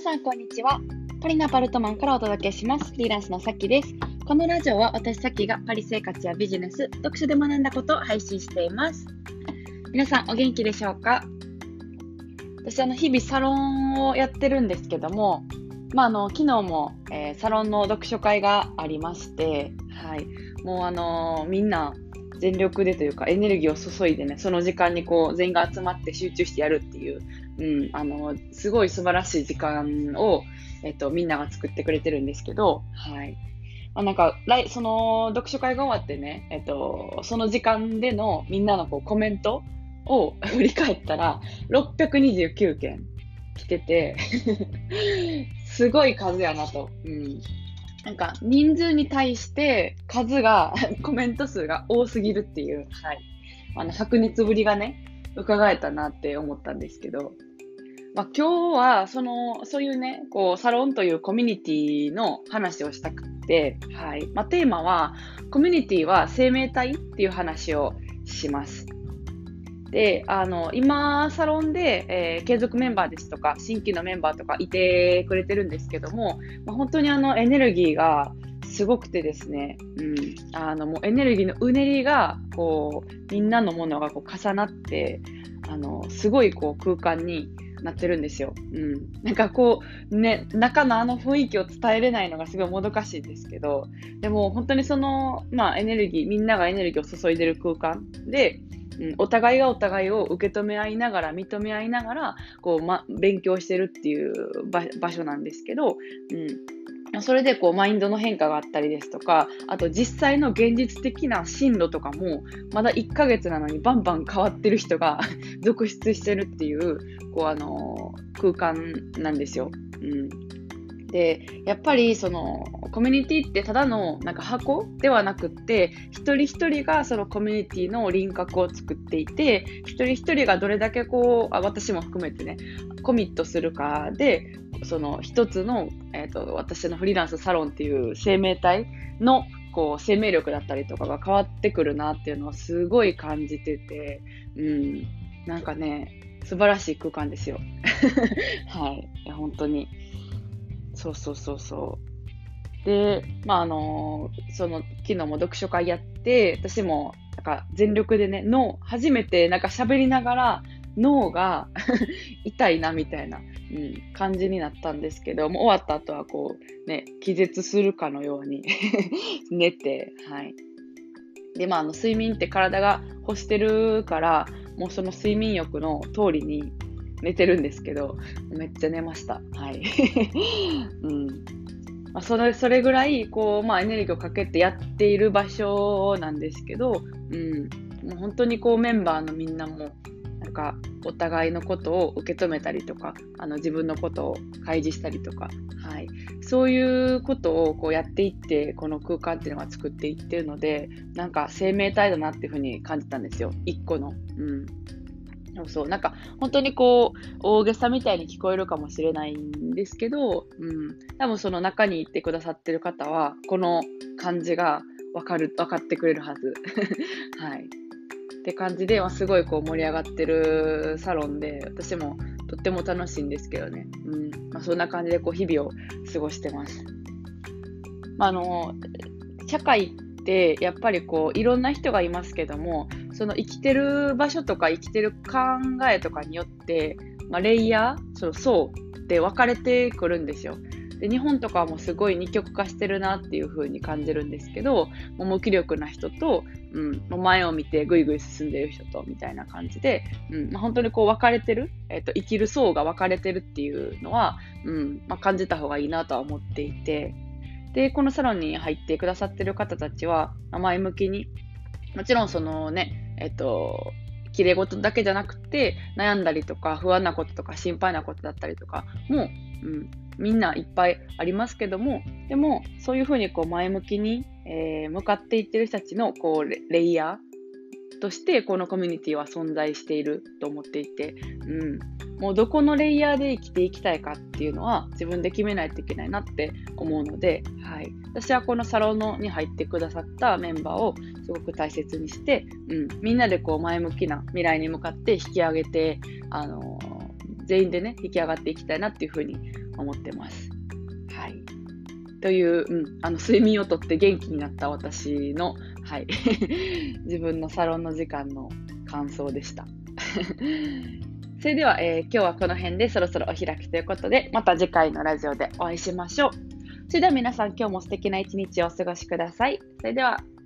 さんこんにちは。パリのアパルトマンからお届けします。フリーランスのさきです。このラジオは私さきがパリ生活やビジネス、読書で学んだことを配信しています。皆さんお元気でしょうか？私日々サロンをやってるんですけども、昨日も、サロンの読書会がありまして、もうみんな全力でというかエネルギーを注いでね、その時間に全員が集まって集中してやるっていう、すごい素晴らしい時間を、みんなが作ってくれてるんですけど、その読書会が終わってね、その時間でのみんなのコメントを振り返ったら629件来ててすごい数やなと。人数に対してコメント数が多すぎるっていう、白熱ぶりがね、伺えたなって思ったんですけど、今日はそういうね、サロンというコミュニティの話をしたくて、テーマは、コミュニティは生命体っていう話をします。で、今、サロンで、継続メンバーですとか、新規のメンバーとかいてくれてるんですけども、本当にエネルギーがすごくてですね、もうエネルギーのうねりが、みんなのものが重なって、すごい空間になってるんですよ。中の雰囲気を伝えれないのがすごいもどかしいんですけど、でも本当にエネルギー、みんながエネルギーを注いでる空間で、お互いがお互いを受け止め合いながら、認め合いながら、勉強してるっていう場所なんですけど、それでマインドの変化があったりですとか、あと実際の現実的な進路とかも、まだ1ヶ月なのにバンバン変わってる人が続出してるっていう、空間なんですよ。で、やっぱりコミュニティってただの箱ではなくって、一人一人がそのコミュニティの輪郭を作っていて、一人一人がどれだけ私も含めてね、コミットするかで、その一つの、私のフリーランスサロンっていう生命体の生命力だったりとかが変わってくるなっていうのをすごい感じてて、素晴らしい空間ですよ。本当に。そう。で、昨日も読書会やって、私も、全力でね、初めて喋りながら、脳が痛いなみたいな、感じになったんですけど、もう終わった後は気絶するかのように寝て、で、睡眠って体が欲してるから、もうその睡眠欲の通りに寝てるんですけど、めっちゃ寝ました。それぐらい、エネルギーをかけてやっている場所なんですけど、もう本当にメンバーのみんなも、お互いのことを受け止めたりとか、自分のことを開示したりとか、そういうことをやっていって、この空間っていうのが作っていってるので、生命体だなっていうふうに感じたんですよ。一個の。本当に大げさみたいに聞こえるかもしれないんですけど、多分その中にいてくださってる方は、この感じが分かってくれるはず。って感じで、すごい盛り上がってるサロンで、私もとっても楽しいんですけどね。そんな感じで日々を過ごしてます。社会ってやっぱりいろんな人がいますけども、その生きてる場所とか生きてる考えとかによって、レイヤー、層って分かれてくるんですよ。で、日本とかはもうすごい二極化してるなっていう風に感じるんですけど、もう無気力な人と、もう前を見てぐいぐい進んでる人とみたいな感じで、本当に分かれてる、生きる層が分かれてるっていうのは、感じた方がいいなとは思っていて、で、このサロンに入ってくださってる方たちは、前向きに、もちろん綺麗事だけじゃなくて、悩んだりとか、不安なこととか、心配なことだったりとかも、みんないっぱいありますけども、でも、そういうふうに前向きに、向かっていってる人たちのレイヤーとして、このコミュニティは存在していると思っていて、もうどこのレイヤーで生きていきたいかっていうのは自分で決めないといけないなって思うので、私はこのサロンに入ってくださったメンバーをすごく大切にして、みんなで前向きな未来に向かって引き上げて、全員でね、引き上がっていきたいなっていうふうに思ってます。はい。という、睡眠をとって元気になった私の、はい、自分のサロンの時間の感想でした。それでは、今日はこの辺でそろそろお開きということで、また次回のラジオでお会いしましょう。それでは皆さん、今日も素敵な一日をお過ごしください。それでは。